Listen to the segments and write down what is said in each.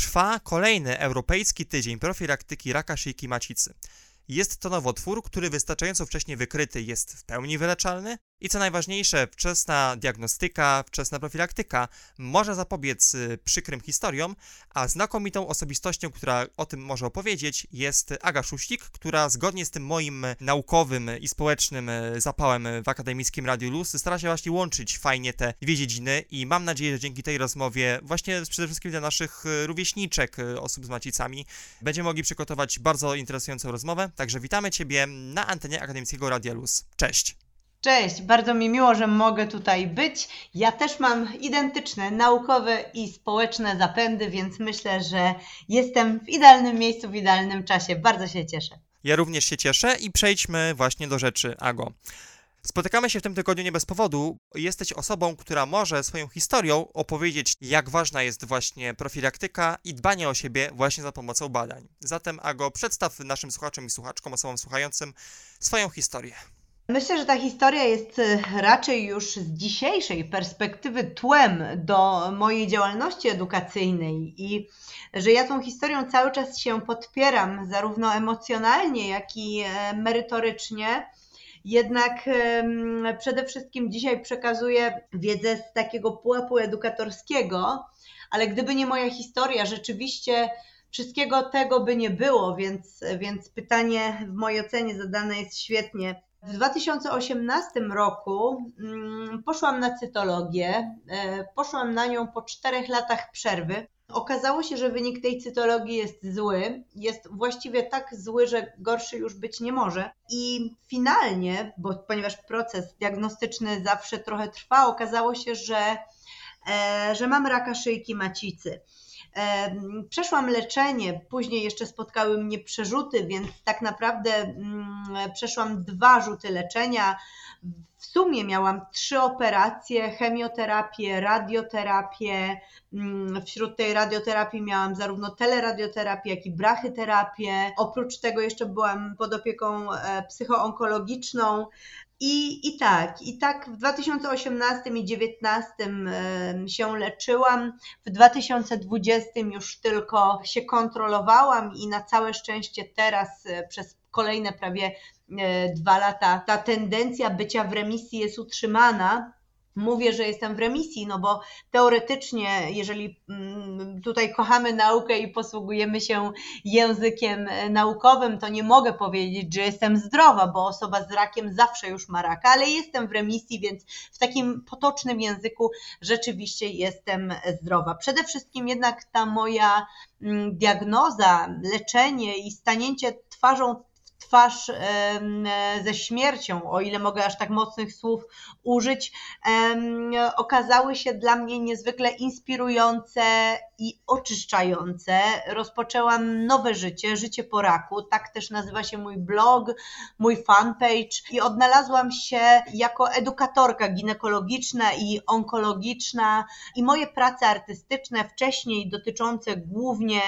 trwa kolejny Europejski Tydzień Profilaktyki Raka Szyjki Macicy. Jest to nowotwór, który wystarczająco wcześnie wykryty jest w pełni wyleczalny i co najważniejsze, wczesna diagnostyka, wczesna profilaktyka może zapobiec przykrym historiom, a znakomitą osobistością, która o tym może opowiedzieć, jest Aga Szuścik, która zgodnie z tym moim naukowym i społecznym zapałem w Akademickim Radiu Luz stara się właśnie łączyć fajnie te dwie dziedziny i mam nadzieję, że dzięki tej rozmowie właśnie przede wszystkim dla naszych rówieśniczek, osób z macicami, będziemy mogli przygotować bardzo interesującą rozmowę, także witamy Ciebie na antenie Akademickiego Radia Luz. Cześć! Cześć, bardzo mi miło, że mogę tutaj być. Ja też mam identyczne naukowe i społeczne zapędy, więc myślę, że jestem w idealnym miejscu, w idealnym czasie. Bardzo się cieszę. Ja również się cieszę i przejdźmy właśnie do rzeczy, Ago. Spotykamy się w tym tygodniu nie bez powodu. Jesteś osobą, która może swoją historią opowiedzieć, jak ważna jest właśnie profilaktyka i dbanie o siebie właśnie za pomocą badań. Zatem, Ago, przedstaw naszym słuchaczom i słuchaczkom, osobom słuchającym swoją historię. Myślę, że ta historia jest raczej już z dzisiejszej perspektywy tłem do mojej działalności edukacyjnej i że ja tą historią cały czas się podpieram, zarówno emocjonalnie, jak i merytorycznie. Jednak przede wszystkim dzisiaj przekazuję wiedzę z takiego pułapu edukatorskiego, ale gdyby nie moja historia, rzeczywiście wszystkiego tego by nie było, więc pytanie w mojej ocenie zadane jest świetnie. W 2018 roku poszłam na cytologię, poszłam na nią po 4 latach przerwy. Okazało się, że wynik tej cytologii jest zły, jest właściwie tak zły, że gorszy już być nie może. I finalnie, ponieważ proces diagnostyczny zawsze trochę trwa, okazało się, że mam raka szyjki macicy. Przeszłam leczenie, później jeszcze spotkały mnie przerzuty, więc tak naprawdę przeszłam 2 rzuty leczenia. W sumie miałam 3 operacje, chemioterapię, radioterapię. Wśród tej radioterapii miałam zarówno teleradioterapię, jak i brachyterapię. Oprócz tego jeszcze byłam pod opieką psychoonkologiczną. I tak w 2018 i 2019 się leczyłam, w 2020 już tylko się kontrolowałam i na całe szczęście teraz przez kolejne prawie 2 lata ta tendencja bycia w remisji jest utrzymana. Mówię, że jestem w remisji, no bo teoretycznie, jeżeli tutaj kochamy naukę i posługujemy się językiem naukowym, to nie mogę powiedzieć, że jestem zdrowa, bo osoba z rakiem zawsze już ma raka, ale jestem w remisji, więc w takim potocznym języku rzeczywiście jestem zdrowa. Przede wszystkim jednak ta moja diagnoza, leczenie i stanięcie twarzą w twarz ze śmiercią, o ile mogę aż tak mocnych słów użyć, okazały się dla mnie niezwykle inspirujące i oczyszczające. Rozpoczęłam nowe życie po raku, tak też nazywa się mój blog, mój fanpage i odnalazłam się jako edukatorka ginekologiczna i onkologiczna i moje prace artystyczne, wcześniej dotyczące głównie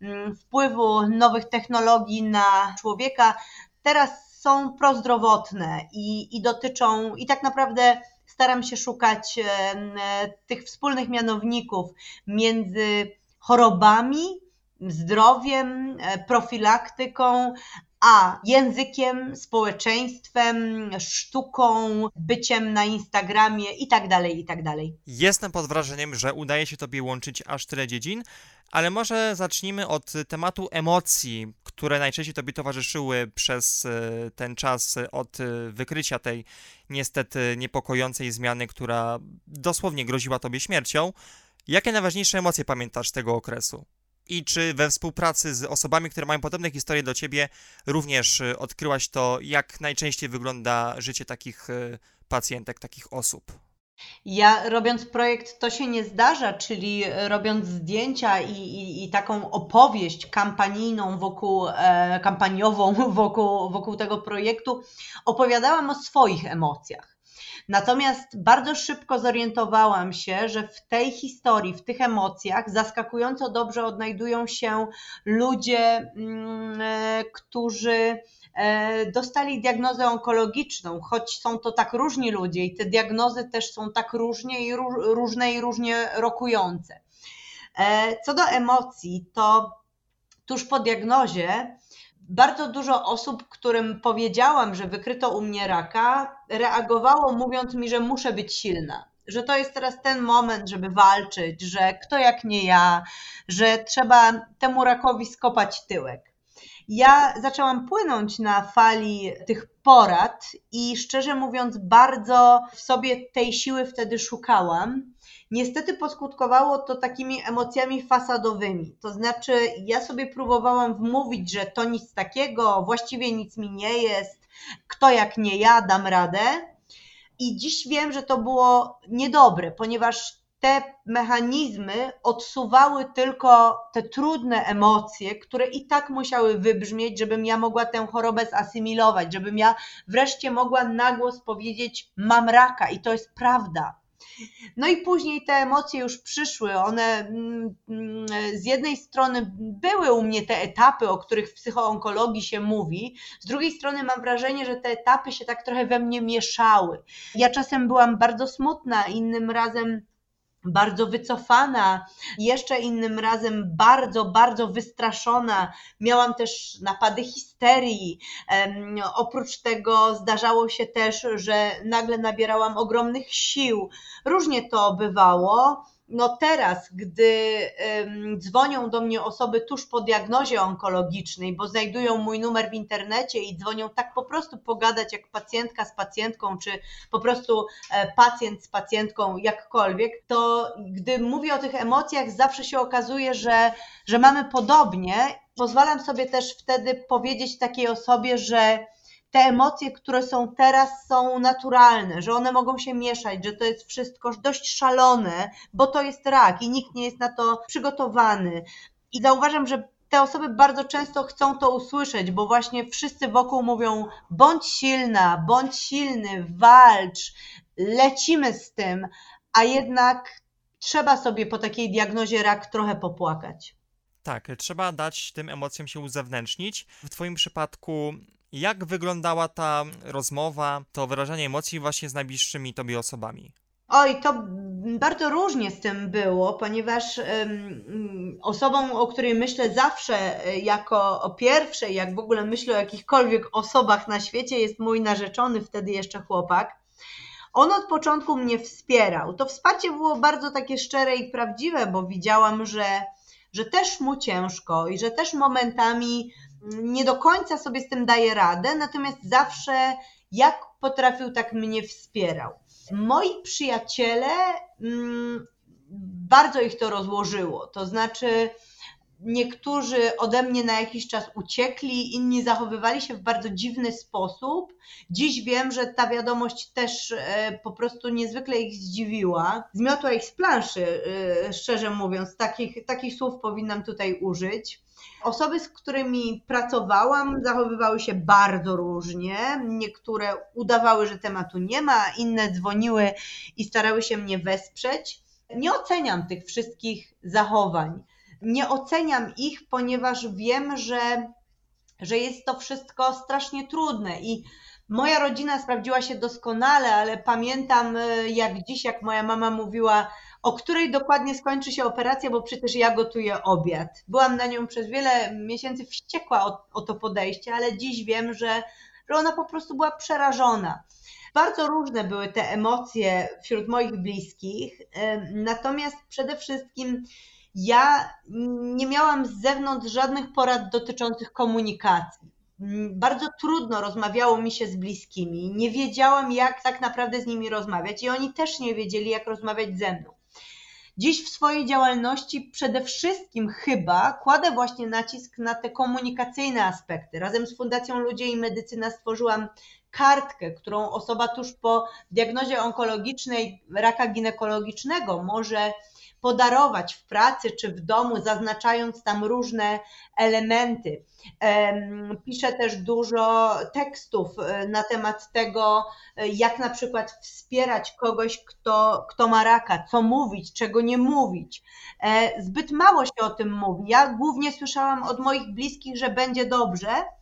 wpływu nowych technologii na człowieka, teraz są prozdrowotne i dotyczą, i tak naprawdę staram się szukać tych wspólnych mianowników między chorobami, zdrowiem, profilaktyką, a językiem, społeczeństwem, sztuką, byciem na Instagramie i tak dalej, i tak dalej. Jestem pod wrażeniem, że udaje się Tobie łączyć aż tyle dziedzin, ale może zacznijmy od tematu emocji, które najczęściej Tobie towarzyszyły przez ten czas od wykrycia tej niestety niepokojącej zmiany, która dosłownie groziła Tobie śmiercią. Jakie najważniejsze emocje pamiętasz z tego okresu? I czy we współpracy z osobami, które mają podobne historie do Ciebie, również odkryłaś to, jak najczęściej wygląda życie takich pacjentek, takich osób? Ja robiąc projekt To się nie zdarza, czyli robiąc zdjęcia i taką opowieść kampanijną kampaniową wokół tego projektu, opowiadałam o swoich emocjach. Natomiast bardzo szybko zorientowałam się, że w tej historii, w tych emocjach zaskakująco dobrze odnajdują się ludzie, którzy dostali diagnozę onkologiczną, choć są to tak różni ludzie i te diagnozy też są tak różne i różnie rokujące. Co do emocji, to tuż po diagnozie bardzo dużo osób, którym powiedziałam, że wykryto u mnie raka, reagowało mówiąc mi, że muszę być silna, że to jest teraz ten moment, żeby walczyć, że kto jak nie ja, że trzeba temu rakowi skopać tyłek. Ja zaczęłam płynąć na fali tych porad i szczerze mówiąc bardzo w sobie tej siły wtedy szukałam. Niestety poskutkowało to takimi emocjami fasadowymi, to znaczy ja sobie próbowałam wmówić, że to nic takiego, właściwie nic mi nie jest, kto jak nie ja, dam radę. I dziś wiem, że to było niedobre, ponieważ te mechanizmy odsuwały tylko te trudne emocje, które i tak musiały wybrzmieć, żebym ja mogła tę chorobę zasymilować, żebym ja wreszcie mogła na głos powiedzieć: mam raka i to jest prawda. No i później te emocje już przyszły, one z jednej strony były u mnie te etapy, o których w psychoonkologii się mówi, z drugiej strony mam wrażenie, że te etapy się tak trochę we mnie mieszały. Ja czasem byłam bardzo smutna, innym razem bardzo wycofana, jeszcze innym razem bardzo, bardzo wystraszona. Miałam też napady histerii. Oprócz tego zdarzało się też, że nagle nabierałam ogromnych sił. Różnie to bywało. No teraz, gdy dzwonią do mnie osoby tuż po diagnozie onkologicznej, bo znajdują mój numer w internecie i dzwonią tak po prostu pogadać jak pacjentka z pacjentką, czy po prostu pacjent z pacjentką, jakkolwiek, to gdy mówię o tych emocjach, zawsze się okazuje, że mamy podobnie. Pozwalam sobie też wtedy powiedzieć takiej osobie, że te emocje, które są teraz, są naturalne, że one mogą się mieszać, że to jest wszystko dość szalone, bo to jest rak i nikt nie jest na to przygotowany. I zauważam, że te osoby bardzo często chcą to usłyszeć, bo właśnie wszyscy wokół mówią: bądź silna, bądź silny, walcz, lecimy z tym, a jednak trzeba sobie po takiej diagnozie rak trochę popłakać. Tak, trzeba dać tym emocjom się uzewnętrznić. W Twoim przypadku jak wyglądała ta rozmowa, to wyrażanie emocji właśnie z najbliższymi Tobie osobami? Oj, to bardzo różnie z tym było, ponieważ osobą, o której myślę zawsze jako o pierwszej, jak w ogóle myślę o jakichkolwiek osobach na świecie, jest mój narzeczony, wtedy jeszcze chłopak. On od początku mnie wspierał. To wsparcie było bardzo takie szczere i prawdziwe, bo widziałam, że też mu ciężko i że też momentami nie do końca sobie z tym daje radę, natomiast zawsze jak potrafił, tak mnie wspierał. Moi przyjaciele, bardzo ich to rozłożyło, to znaczy niektórzy ode mnie na jakiś czas uciekli, inni zachowywali się w bardzo dziwny sposób. Dziś wiem, że ta wiadomość też po prostu niezwykle ich zdziwiła. Zmiotła ich z planszy, szczerze mówiąc, takich słów powinnam tutaj użyć. Osoby, z którymi pracowałam, zachowywały się bardzo różnie. Niektóre udawały, że tematu nie ma, inne dzwoniły i starały się mnie wesprzeć. Nie oceniam tych wszystkich zachowań. Nie oceniam ich, ponieważ wiem, że jest to wszystko strasznie trudne i moja rodzina sprawdziła się doskonale, ale pamiętam jak dziś, jak moja mama mówiła, o której dokładnie skończy się operacja, bo przecież ja gotuję obiad. Byłam na nią przez wiele miesięcy wściekła o to podejście, ale dziś wiem, że ona po prostu była przerażona. Bardzo różne były te emocje wśród moich bliskich, natomiast przede wszystkim ja nie miałam z zewnątrz żadnych porad dotyczących komunikacji. Bardzo trudno rozmawiało mi się z bliskimi, nie wiedziałam, jak tak naprawdę z nimi rozmawiać i oni też nie wiedzieli, jak rozmawiać ze mną. Dziś w swojej działalności przede wszystkim chyba kładę właśnie nacisk na te komunikacyjne aspekty. Razem z Fundacją Ludzie i Medycyna stworzyłam kartkę, którą osoba tuż po diagnozie onkologicznej raka ginekologicznego może podarować w pracy czy w domu, zaznaczając tam różne elementy. Piszę też dużo tekstów na temat tego, jak na przykład wspierać kogoś, kto ma raka, co mówić, czego nie mówić. Zbyt mało się o tym mówi. Ja głównie słyszałam od moich bliskich, że będzie dobrze,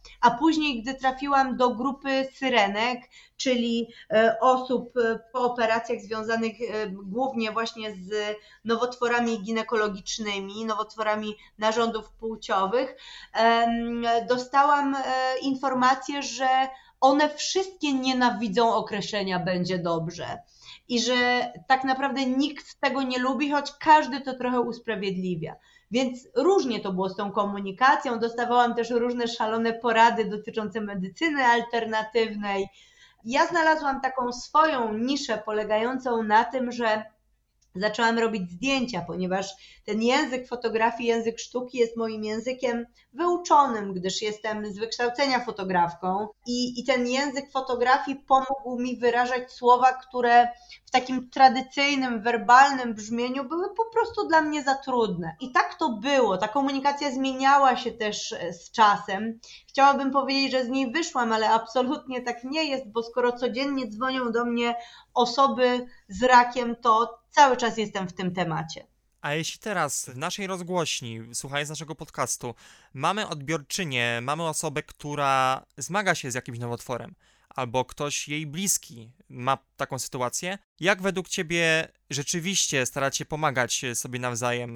a później, gdy trafiłam do grupy syrenek, czyli osób po operacjach związanych głównie właśnie z nowotworami ginekologicznymi, nowotworami narządów płciowych, dostałam informację, że one wszystkie nienawidzą określenia będzie dobrze i że tak naprawdę nikt tego nie lubi, choć każdy to trochę usprawiedliwia. Więc różnie to było z tą komunikacją. Dostawałam też różne szalone porady dotyczące medycyny alternatywnej. Ja znalazłam taką swoją niszę polegającą na tym, że zaczęłam robić zdjęcia, ponieważ ten język fotografii, język sztuki jest moim językiem wyuczonym, gdyż jestem z wykształcenia fotografką i ten język fotografii pomógł mi wyrażać słowa, które w takim tradycyjnym, werbalnym brzmieniu były po prostu dla mnie za trudne. I tak to było, ta komunikacja zmieniała się też z czasem. Chciałabym powiedzieć, że z niej wyszłam, ale absolutnie tak nie jest, bo skoro codziennie dzwonią do mnie osoby z rakiem, to cały czas jestem w tym temacie. A jeśli teraz w naszej rozgłośni, słuchając naszego podcastu, mamy odbiorczynię, mamy osobę, która zmaga się z jakimś nowotworem, albo ktoś jej bliski ma taką sytuację, jak według Ciebie rzeczywiście starać się pomagać sobie nawzajem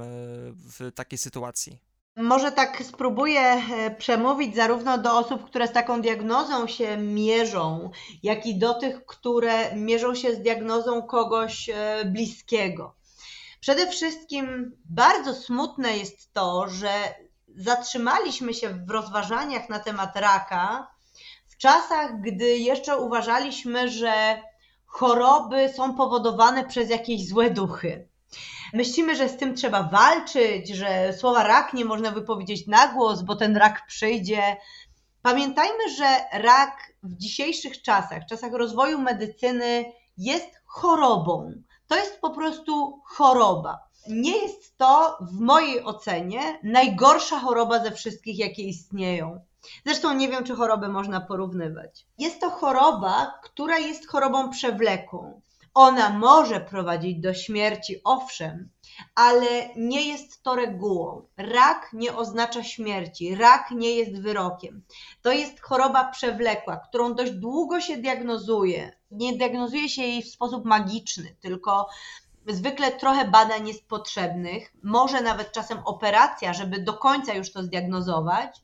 w takiej sytuacji? Może tak spróbuję przemówić zarówno do osób, które z taką diagnozą się mierzą, jak i do tych, które mierzą się z diagnozą kogoś bliskiego. Przede wszystkim bardzo smutne jest to, że zatrzymaliśmy się w rozważaniach na temat raka w czasach, gdy jeszcze uważaliśmy, że choroby są powodowane przez jakieś złe duchy. Myślimy, że z tym trzeba walczyć, że słowa rak nie można wypowiedzieć na głos, bo ten rak przyjdzie. Pamiętajmy, że rak w dzisiejszych czasach rozwoju medycyny jest chorobą. To jest po prostu choroba. Nie jest to w mojej ocenie najgorsza choroba ze wszystkich, jakie istnieją. Zresztą nie wiem, czy choroby można porównywać. Jest to choroba, która jest chorobą przewlekłą. Ona może prowadzić do śmierci, owszem, ale nie jest to regułą. Rak nie oznacza śmierci, rak nie jest wyrokiem. To jest choroba przewlekła, którą dość długo się diagnozuje. Nie diagnozuje się jej w sposób magiczny, tylko zwykle trochę badań jest potrzebnych, może nawet czasem operacja, żeby do końca już to zdiagnozować.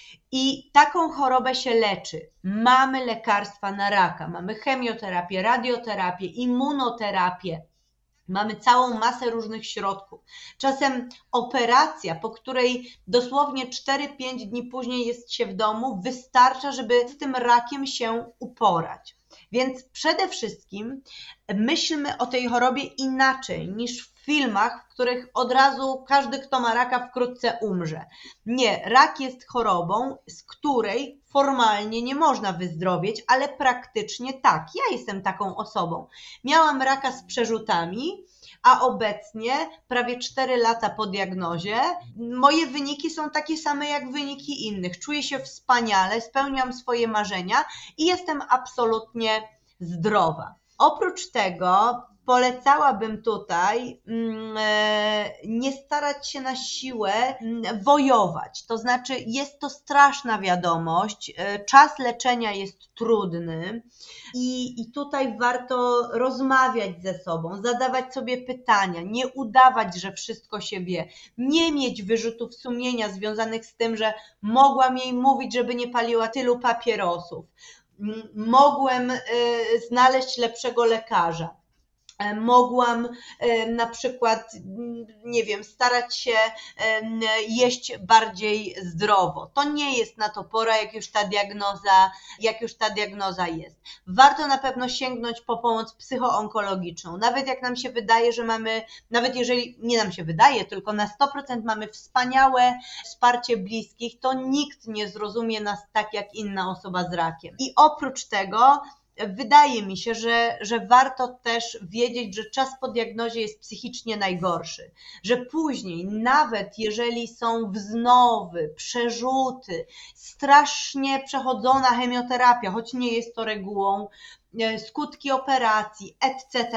I taką chorobę się leczy. Mamy lekarstwa na raka, mamy chemioterapię, radioterapię, immunoterapię. Mamy całą masę różnych środków. Czasem operacja, po której dosłownie 4-5 dni później jest się w domu, wystarcza, żeby z tym rakiem się uporać. Więc przede wszystkim myślmy o tej chorobie inaczej niż w filmach, w których od razu każdy, kto ma raka, wkrótce umrze. Nie, rak jest chorobą, z której formalnie nie można wyzdrowieć, ale praktycznie tak. Ja jestem taką osobą. Miałam raka z przerzutami, a obecnie, prawie 4 lata po diagnozie, moje wyniki są takie same jak wyniki innych. Czuję się wspaniale, spełniam swoje marzenia i jestem absolutnie zdrowa. Oprócz tego polecałabym tutaj nie starać się na siłę wojować. To znaczy jest to straszna wiadomość, czas leczenia jest trudny i tutaj warto rozmawiać ze sobą, zadawać sobie pytania, nie udawać, że wszystko się wie, nie mieć wyrzutów sumienia związanych z tym, że mogłam jej mówić, żeby nie paliła tylu papierosów, mogłem znaleźć lepszego lekarza. Mogłam na przykład, nie wiem, starać się jeść bardziej zdrowo. To nie jest na to pora, jak już ta diagnoza jest. Warto na pewno sięgnąć po pomoc psychoonkologiczną. Nawet jak nam się wydaje, że mamy, nawet jeżeli nie nam się wydaje, tylko na 100% mamy wspaniałe wsparcie bliskich, to nikt nie zrozumie nas tak jak inna osoba z rakiem. I oprócz tego wydaje mi się, że warto też wiedzieć, że czas po diagnozie jest psychicznie najgorszy, że później, nawet jeżeli są wznowy, przerzuty, strasznie przechodzona chemioterapia, choć nie jest to regułą, skutki operacji, etc.,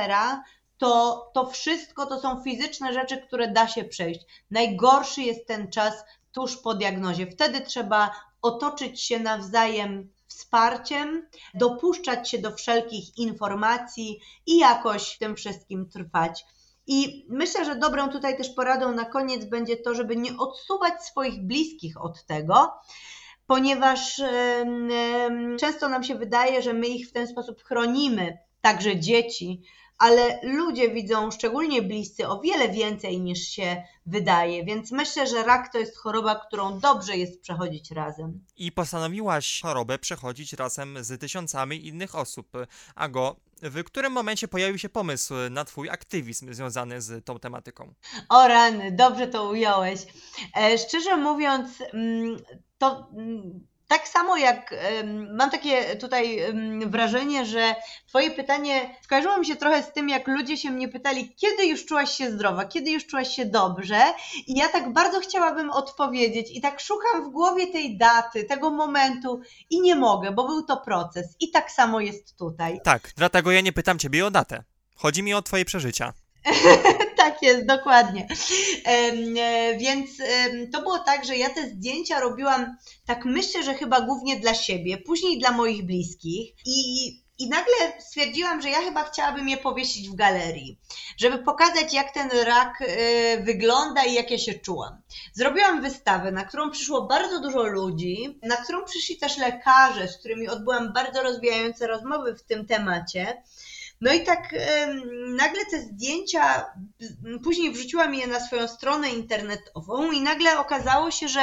to wszystko to są fizyczne rzeczy, które da się przejść. Najgorszy jest ten czas tuż po diagnozie. Wtedy trzeba otoczyć się nawzajem wsparciem, dopuszczać się do wszelkich informacji i jakoś w tym wszystkim trwać. I myślę, że dobrą tutaj też poradą na koniec będzie to, żeby nie odsuwać swoich bliskich od tego, ponieważ często nam się wydaje, że my ich w ten sposób chronimy, także dzieci, ale ludzie widzą, szczególnie bliscy, o wiele więcej niż się wydaje, więc myślę, że rak to jest choroba, którą dobrze jest przechodzić razem. I postanowiłaś chorobę przechodzić razem z tysiącami innych osób. Ago, w którym momencie pojawił się pomysł na twój aktywizm związany z tą tematyką? O rany, dobrze to ująłeś. Szczerze mówiąc, to tak samo jak mam takie tutaj wrażenie, że twoje pytanie skojarzyło mi się trochę z tym, jak ludzie się mnie pytali, kiedy już czułaś się zdrowa, kiedy już czułaś się dobrze, i ja tak bardzo chciałabym odpowiedzieć i tak szukam w głowie tej daty, tego momentu i nie mogę, bo był to proces i tak samo jest tutaj. Tak, dlatego ja nie pytam ciebie o datę. Chodzi mi o twoje przeżycia. Tak jest, dokładnie. Więc to było tak, że ja te zdjęcia robiłam, tak myślę, że chyba głównie dla siebie, później dla moich bliskich i nagle stwierdziłam, że ja chyba chciałabym je powiesić w galerii, żeby pokazać, jak ten rak wygląda i jak ja się czułam. Zrobiłam wystawę, na którą przyszło bardzo dużo ludzi, na którą przyszli też lekarze, z którymi odbyłam bardzo rozwijające rozmowy w tym temacie. No i tak nagle te zdjęcia, później wrzuciłam je na swoją stronę internetową i nagle okazało się,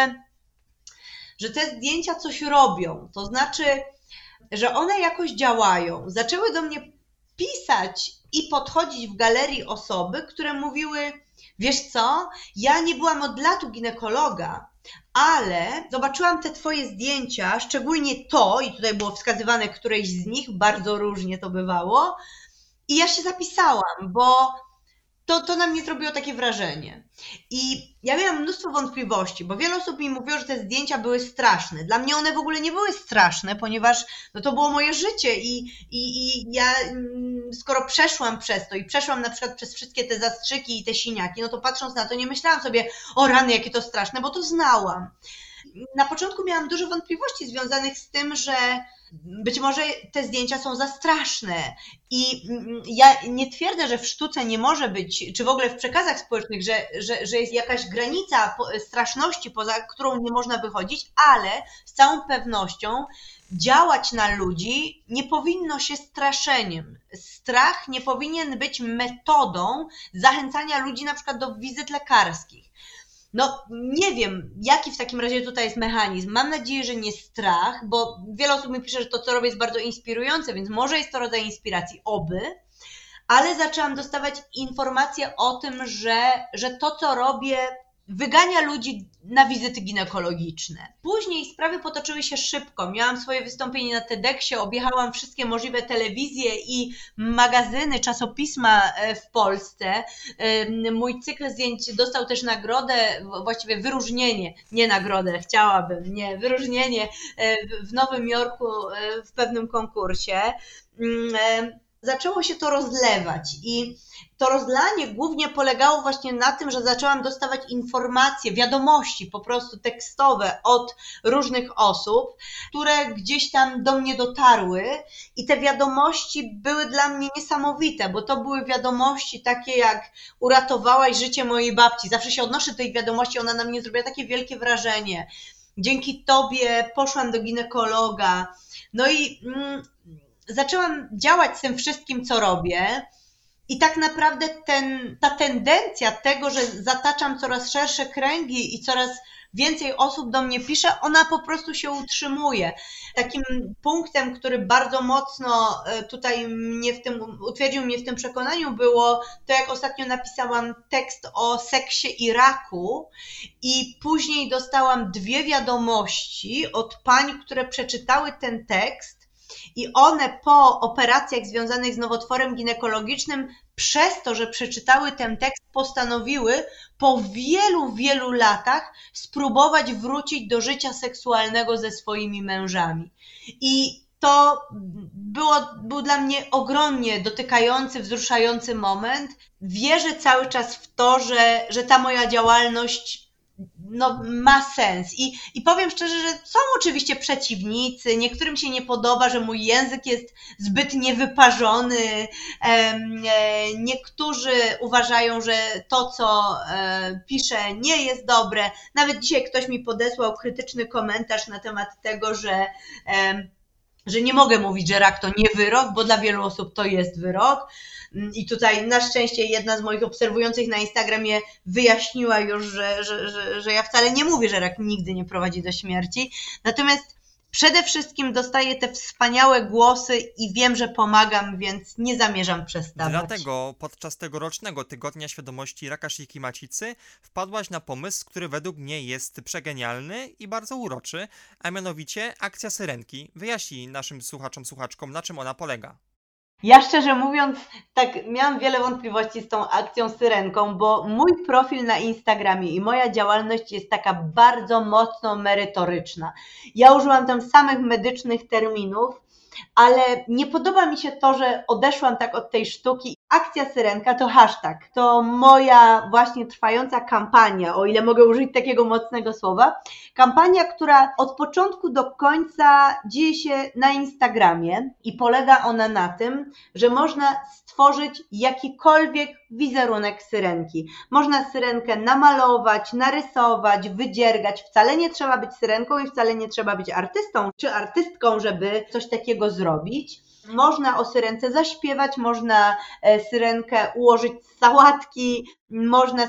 że te zdjęcia coś robią, to znaczy, że one jakoś działają. Zaczęły do mnie pisać i podchodzić w galerii osoby, które mówiły, wiesz co, ja nie byłam od lat u ginekologa, ale zobaczyłam te twoje zdjęcia, szczególnie to, i tutaj było wskazywane któreś z nich, bardzo różnie to bywało, i ja się zapisałam, bo to na mnie zrobiło takie wrażenie. I ja miałam mnóstwo wątpliwości, bo wiele osób mi mówiło, że te zdjęcia były straszne. Dla mnie one w ogóle nie były straszne, ponieważ no to było moje życie i ja skoro przeszłam przez to i przeszłam na przykład przez wszystkie te zastrzyki i te siniaki, no to patrząc na to nie myślałam sobie, o rany, jakie to straszne, bo to znałam. Na początku miałam dużo wątpliwości związanych z tym, że być może te zdjęcia są za straszne i ja nie twierdzę, że w sztuce nie może być, czy w ogóle w przekazach społecznych, że jest jakaś granica straszności, poza którą nie można wychodzić, ale z całą pewnością działać na ludzi nie powinno się straszeniem. Strach nie powinien być metodą zachęcania ludzi na przykład do wizyt lekarskich. No nie wiem, jaki w takim razie tutaj jest mechanizm. Mam nadzieję, że nie strach, bo wiele osób mi pisze, że to, co robię, jest bardzo inspirujące, więc może jest to rodzaj inspiracji, oby, ale zaczęłam dostawać informacje o tym, że to, co robię, wygania ludzi na wizyty ginekologiczne. Później sprawy potoczyły się szybko. Miałam swoje wystąpienie na TEDxie, objechałam wszystkie możliwe telewizje i magazyny, czasopisma w Polsce. Mój cykl zdjęć dostał też nagrodę, właściwie wyróżnienie, nie nagrodę, chciałabym, nie, wyróżnienie w Nowym Jorku w pewnym konkursie. Zaczęło się to rozlewać i to rozlanie głównie polegało właśnie na tym, że zaczęłam dostawać informacje, wiadomości po prostu tekstowe od różnych osób, które gdzieś tam do mnie dotarły i te wiadomości były dla mnie niesamowite, bo to były wiadomości takie jak uratowałaś życie mojej babci. Zawsze się odnoszę do tej wiadomości, ona na mnie zrobiła takie wielkie wrażenie. Dzięki tobie poszłam do ginekologa. No i zaczęłam działać z tym wszystkim, co robię i tak naprawdę ta tendencja tego, że zataczam coraz szersze kręgi i coraz więcej osób do mnie pisze, ona po prostu się utrzymuje. Takim punktem, który bardzo mocno tutaj utwierdził mnie w tym przekonaniu, było to, jak ostatnio napisałam tekst o seksie i raku i później dostałam 2 wiadomości od pań, które przeczytały ten tekst. I one po operacjach związanych z nowotworem ginekologicznym, przez to, że przeczytały ten tekst, postanowiły po wielu, wielu latach spróbować wrócić do życia seksualnego ze swoimi mężami. I to był dla mnie ogromnie dotykający, wzruszający moment. Wierzę cały czas w to, że ta moja działalność ma sens. I powiem szczerze, że są oczywiście przeciwnicy, niektórym się nie podoba, że mój język jest zbyt niewyparzony, niektórzy uważają, że to, co piszę, nie jest dobre. Nawet dzisiaj ktoś mi podesłał krytyczny komentarz na temat tego, że nie mogę mówić, że rak to nie wyrok, bo dla wielu osób to jest wyrok. I tutaj na szczęście jedna z moich obserwujących na Instagramie wyjaśniła już, że ja wcale nie mówię, że rak nigdy nie prowadzi do śmierci. Natomiast przede wszystkim dostaję te wspaniałe głosy i wiem, że pomagam, więc nie zamierzam przestawać. Dlatego podczas tegorocznego Tygodnia Świadomości Raka Szyjki Macicy wpadłaś na pomysł, który według mnie jest przegenialny i bardzo uroczy, a mianowicie akcja Syrenki. Wyjaśnij naszym słuchaczom, słuchaczkom, na czym ona polega. Ja szczerze mówiąc, tak miałam wiele wątpliwości z tą akcją Syrenką, bo mój profil na Instagramie i moja działalność jest taka bardzo mocno merytoryczna. Ja użyłam tam samych medycznych terminów, ale nie podoba mi się to, że odeszłam tak od tej sztuki. Akcja Syrenka to hashtag, to moja właśnie trwająca kampania, o ile mogę użyć takiego mocnego słowa. Kampania, która od początku do końca dzieje się na Instagramie i polega ona na tym, że można stworzyć jakikolwiek wizerunek syrenki. Można syrenkę namalować, narysować, wydziergać. Wcale nie trzeba być syrenką i wcale nie trzeba być artystą czy artystką, żeby coś takiego zrobić. Można o syrence zaśpiewać, można syrenkę ułożyć z sałatki, można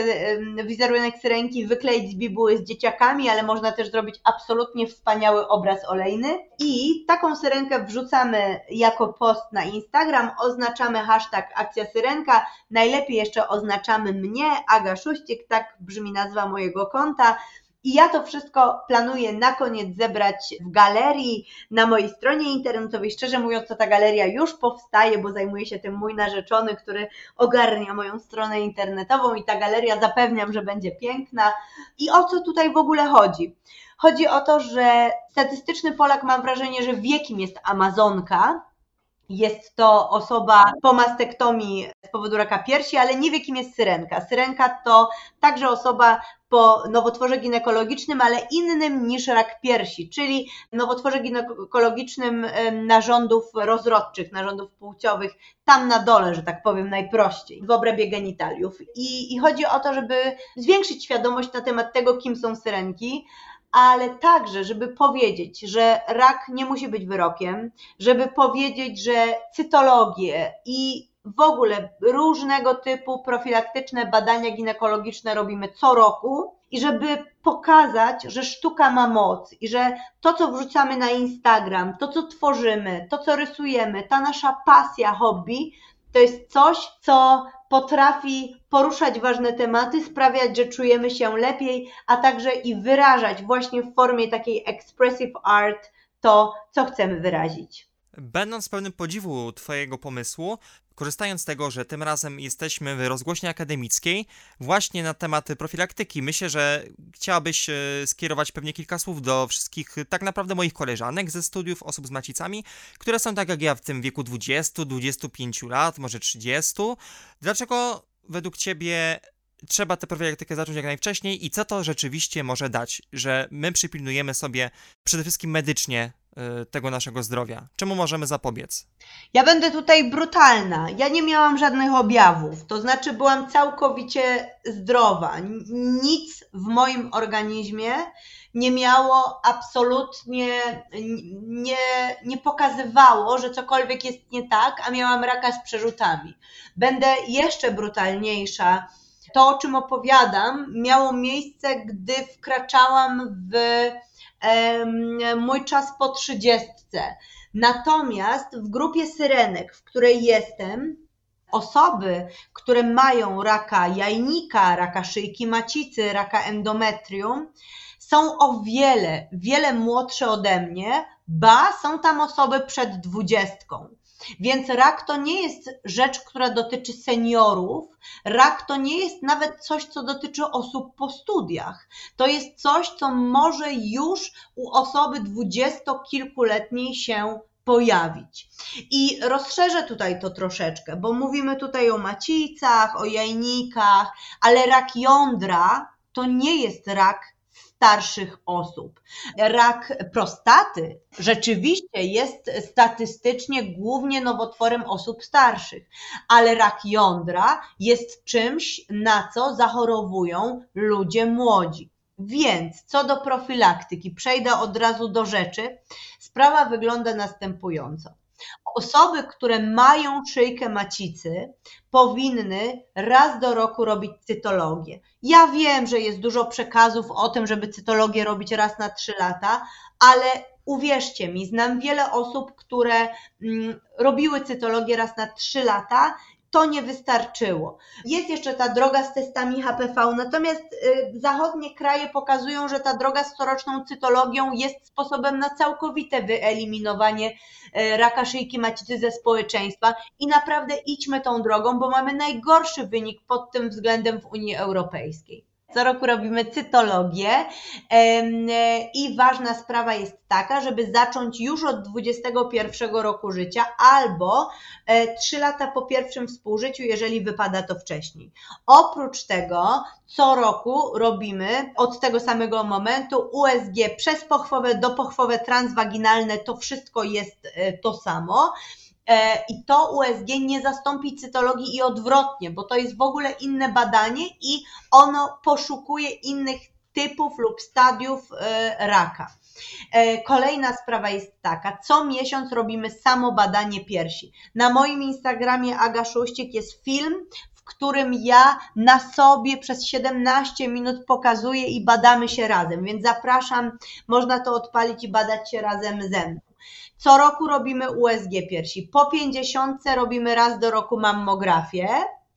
wizerunek syrenki wykleić z bibuły z dzieciakami, ale można też zrobić absolutnie wspaniały obraz olejny. I taką syrenkę wrzucamy jako post na Instagram, oznaczamy hashtag akcja syrenka, najlepiej jeszcze oznaczamy mnie, Aga Szuścik, tak brzmi nazwa mojego konta. I ja to wszystko planuję na koniec zebrać w galerii na mojej stronie internetowej. Szczerze mówiąc, to ta galeria już powstaje, bo zajmuje się tym mój narzeczony, który ogarnia moją stronę internetową i ta galeria zapewniam, że będzie piękna. I o co tutaj w ogóle chodzi? Chodzi o to, że statystyczny Polak, mam wrażenie, że wie, kim jest Amazonka. Jest to osoba po mastektomii z powodu raka piersi, ale nie wie, kim jest syrenka. Syrenka to także osoba po nowotworze ginekologicznym, ale innym niż rak piersi, czyli nowotworze ginekologicznym narządów rozrodczych, narządów płciowych, tam na dole, że tak powiem najprościej, w obrębie genitaliów. I chodzi o to, żeby zwiększyć świadomość na temat tego, kim są syrenki, ale także, żeby powiedzieć, że rak nie musi być wyrokiem, żeby powiedzieć, że cytologię i w ogóle różnego typu profilaktyczne badania ginekologiczne robimy co roku i żeby pokazać, że sztuka ma moc i że to, co wrzucamy na Instagram, to, co tworzymy, to, co rysujemy, ta nasza pasja, hobby, to jest coś, co potrafi poruszać ważne tematy, sprawiać, że czujemy się lepiej, a także i wyrażać właśnie w formie takiej expressive art to, co chcemy wyrazić. Będąc pełnym podziwu Twojego pomysłu, korzystając z tego, że tym razem jesteśmy w rozgłośni akademickiej, właśnie na temat profilaktyki, myślę, że chciałabyś skierować pewnie kilka słów do wszystkich tak naprawdę moich koleżanek ze studiów, osób z macicami, które są tak jak ja w tym wieku 20-25 lat, może 30. Dlaczego według Ciebie trzeba tę profilaktykę zacząć jak najwcześniej i co to rzeczywiście może dać, że my przypilnujemy sobie przede wszystkim medycznie tego naszego zdrowia? Czemu możemy zapobiec? Ja będę tutaj brutalna. Ja nie miałam żadnych objawów, to znaczy byłam całkowicie zdrowa. Nic w moim organizmie nie miało absolutnie, nie pokazywało, że cokolwiek jest nie tak, a miałam raka z przerzutami. Będę jeszcze brutalniejsza. To, o czym opowiadam, miało miejsce, gdy wkraczałam w mój czas po 30. Natomiast w grupie syrenek, w której jestem, osoby, które mają raka jajnika, raka szyjki macicy, raka endometrium, są o wiele młodsze ode mnie, ba, są tam osoby przed 20. Więc rak to nie jest rzecz, która dotyczy seniorów, rak to nie jest nawet coś, co dotyczy osób po studiach. To jest coś, co może już u osoby 20-kilkuletniej się pojawić. I rozszerzę tutaj to troszeczkę, bo mówimy tutaj o macicach, o jajnikach, ale rak jądra to nie jest rak starszych osób. Rak prostaty rzeczywiście jest statystycznie głównie nowotworem osób starszych, ale rak jądra jest czymś, na co zachorowują ludzie młodzi. Więc co do profilaktyki, przejdę od razu do rzeczy. Sprawa wygląda następująco. Osoby, które mają szyjkę macicy, powinny raz do roku robić cytologię. Ja wiem, że jest dużo przekazów o tym, żeby cytologię robić raz na 3 lata, ale uwierzcie mi, znam wiele osób, które robiły cytologię raz na 3 lata. To nie wystarczyło. Jest jeszcze ta droga z testami HPV, natomiast zachodnie kraje pokazują, że ta droga z coroczną cytologią jest sposobem na całkowite wyeliminowanie raka szyjki macicy ze społeczeństwa i naprawdę idźmy tą drogą, bo mamy najgorszy wynik pod tym względem w Unii Europejskiej. Co roku robimy cytologię i ważna sprawa jest taka, żeby zacząć już od 21 roku życia albo 3 lata po pierwszym współżyciu, jeżeli wypada to wcześniej. Oprócz tego co roku robimy od tego samego momentu USG przez pochwowę do pochwowe transwaginalne, to wszystko jest to samo. I to USG nie zastąpi cytologii i odwrotnie, bo to jest w ogóle inne badanie i ono poszukuje innych typów lub stadiów raka. Kolejna sprawa jest taka, co miesiąc robimy samo badanie piersi. Na moim Instagramie Aga Szuścik jest film, w którym ja na sobie przez 17 minut pokazuję i badamy się razem, więc zapraszam, można to odpalić i badać się razem ze mną. Co roku robimy USG piersi. Po 50 robimy raz do roku mammografię,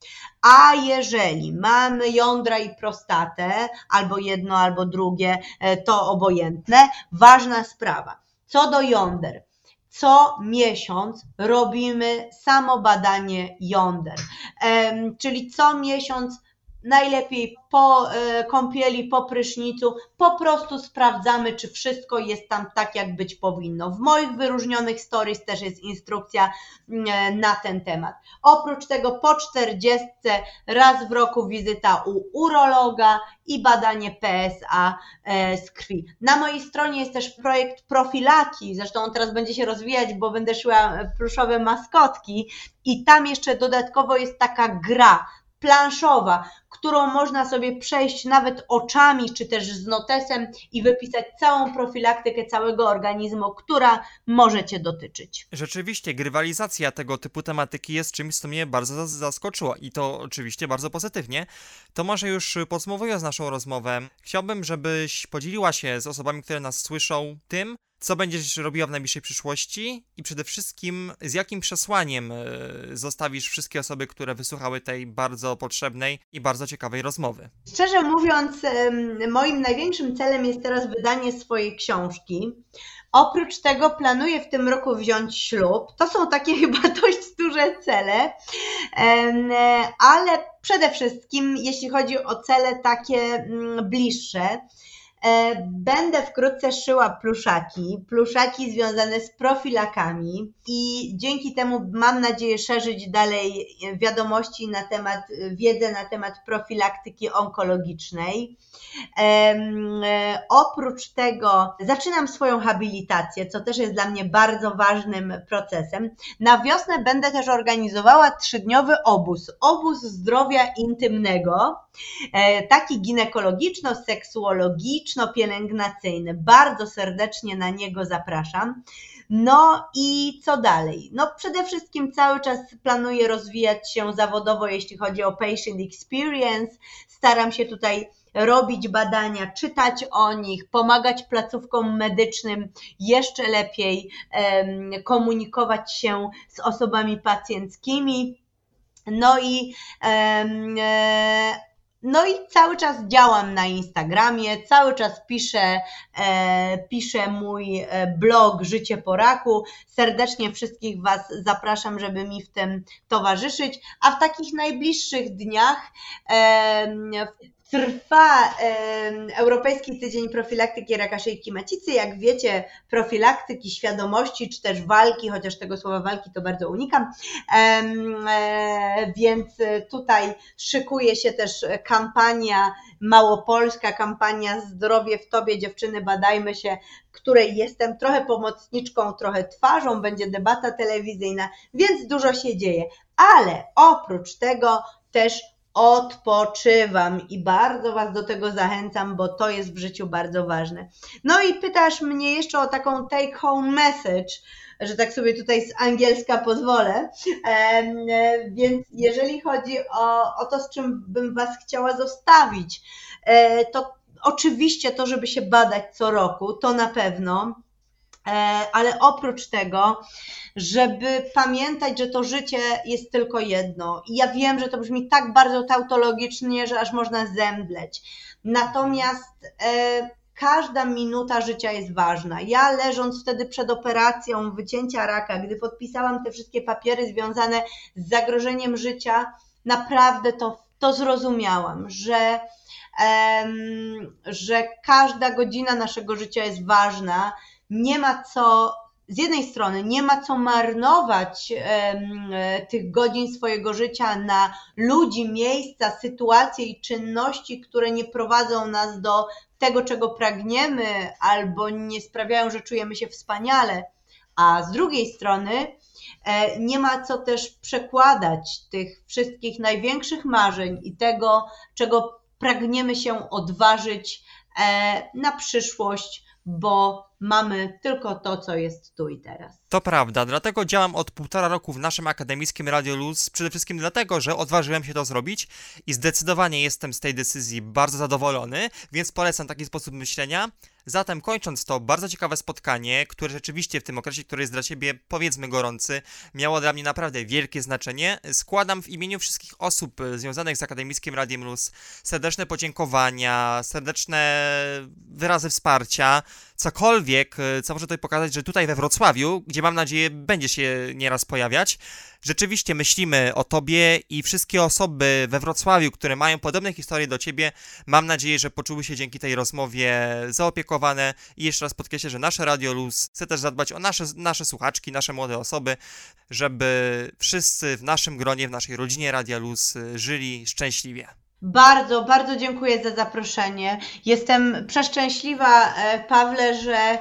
a jeżeli mamy jądra i prostatę, albo jedno, albo drugie, to obojętne. Ważna sprawa. Co do jąder. Co miesiąc robimy samo badanie jąder, czyli co miesiąc najlepiej po kąpieli, po prysznicu, po prostu sprawdzamy, czy wszystko jest tam tak, jak być powinno. W moich wyróżnionych stories też jest instrukcja na ten temat. Oprócz tego po 40 raz w roku wizyta u urologa i badanie PSA z krwi. Na mojej stronie jest też projekt profilaki, zresztą on teraz będzie się rozwijać, bo będę szła pluszowe maskotki i tam jeszcze dodatkowo jest taka gra planszowa, którą można sobie przejść nawet oczami, czy też z notesem i wypisać całą profilaktykę całego organizmu, która może Cię dotyczyć. Rzeczywiście, grywalizacja tego typu tematyki jest czymś, co mnie bardzo zaskoczyło i to oczywiście bardzo pozytywnie. To może już podsumowując naszą rozmowę, chciałbym, żebyś podzieliła się z osobami, które nas słyszą, tym, co będziesz robiła w najbliższej przyszłości i przede wszystkim z jakim przesłaniem zostawisz wszystkie osoby, które wysłuchały tej bardzo potrzebnej i bardzo ciekawej rozmowy? Szczerze mówiąc, moim największym celem jest teraz wydanie swojej książki. Oprócz tego planuję w tym roku wziąć ślub. To są takie chyba dość duże cele, ale przede wszystkim jeśli chodzi o cele takie bliższe, będę wkrótce szyła pluszaki związane z profilakami i dzięki temu mam nadzieję szerzyć dalej wiadomości na temat, wiedzę na temat profilaktyki onkologicznej. Oprócz tego zaczynam swoją habilitację, co też jest dla mnie bardzo ważnym procesem. Na wiosnę będę też organizowała 3-dniowy obóz zdrowia intymnego, taki ginekologiczno-seksuologiczno-pielęgnacyjny. Bardzo serdecznie na niego zapraszam. No i co dalej? No przede wszystkim cały czas planuję rozwijać się zawodowo, jeśli chodzi o patient experience. Staram się tutaj robić badania, czytać o nich, pomagać placówkom medycznym jeszcze lepiej komunikować się z osobami pacjenckimi. No i cały czas działam na Instagramie, cały czas piszę mój blog Życie po raku. Serdecznie wszystkich Was zapraszam, żeby mi w tym towarzyszyć, a w takich najbliższych dniach Trwa Europejski Tydzień Profilaktyki Raka Szyjki Macicy. Jak wiecie, profilaktyki, świadomości, czy też walki, chociaż tego słowa walki to bardzo unikam, więc tutaj szykuje się też kampania małopolska, kampania Zdrowie w Tobie, dziewczyny, badajmy się, której jestem trochę pomocniczką, trochę twarzą, będzie debata telewizyjna, więc dużo się dzieje, ale oprócz tego też odpoczywam i bardzo Was do tego zachęcam, bo to jest w życiu bardzo ważne. No i pytasz mnie jeszcze o taką take home message, że tak sobie tutaj z angielska pozwolę, więc jeżeli chodzi o to, z czym bym Was chciała zostawić, to oczywiście to, żeby się badać co roku, to na pewno, ale oprócz tego, żeby pamiętać, że to życie jest tylko jedno. I ja wiem, że to brzmi tak bardzo tautologicznie, że aż można zemdleć. Natomiast każda minuta życia jest ważna. Ja leżąc wtedy przed operacją wycięcia raka, gdy podpisałam te wszystkie papiery związane z zagrożeniem życia, naprawdę to zrozumiałam, że każda godzina naszego życia jest ważna. Nie ma co, z jednej strony nie ma co marnować tych godzin swojego życia na ludzi, miejsca, sytuacje i czynności, które nie prowadzą nas do tego, czego pragniemy, albo nie sprawiają, że czujemy się wspaniale, a z drugiej strony nie ma co też przekładać tych wszystkich największych marzeń i tego, czego pragniemy się odważyć na przyszłość, bo mamy tylko to, co jest tu i teraz. To prawda, dlatego działam od 1,5 roku w naszym akademickim Radio Luz, przede wszystkim dlatego, że odważyłem się to zrobić i zdecydowanie jestem z tej decyzji bardzo zadowolony, więc polecam taki sposób myślenia. Zatem kończąc to bardzo ciekawe spotkanie, które rzeczywiście w tym okresie, który jest dla Ciebie, powiedzmy, gorący, miało dla mnie naprawdę wielkie znaczenie, składam w imieniu wszystkich osób związanych z Akademickim Radiem Luz serdeczne podziękowania, serdeczne wyrazy wsparcia, cokolwiek, co może tutaj pokazać, że tutaj we Wrocławiu, gdzie mam nadzieję będzie się nieraz pojawiać, rzeczywiście myślimy o Tobie i wszystkie osoby we Wrocławiu, które mają podobne historie do Ciebie, mam nadzieję, że poczuły się dzięki tej rozmowie zaopiekowane i jeszcze raz podkreślę, że nasze Radio Luz chce też zadbać o nasze słuchaczki, nasze młode osoby, żeby wszyscy w naszym gronie, w naszej rodzinie Radia Luz żyli szczęśliwie. Bardzo, bardzo dziękuję za zaproszenie. Jestem przeszczęśliwa, Pawle, że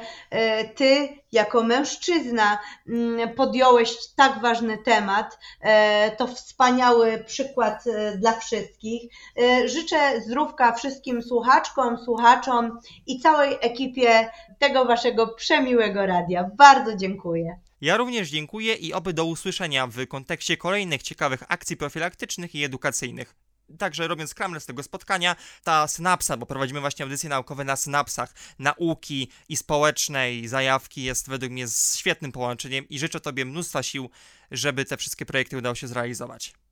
Ty jako mężczyzna podjąłeś tak ważny temat. To wspaniały przykład dla wszystkich. Życzę zdrówka wszystkim słuchaczkom, słuchaczom i całej ekipie tego Waszego przemiłego radia. Bardzo dziękuję. Ja również dziękuję i oby do usłyszenia w kontekście kolejnych ciekawych akcji profilaktycznych i edukacyjnych. Także robiąc klamrę z tego spotkania, ta synapsa, bo prowadzimy właśnie audycje naukowe na synapsach, nauki i społecznej zajawki jest według mnie świetnym połączeniem i życzę Tobie mnóstwa sił, żeby te wszystkie projekty udało się zrealizować.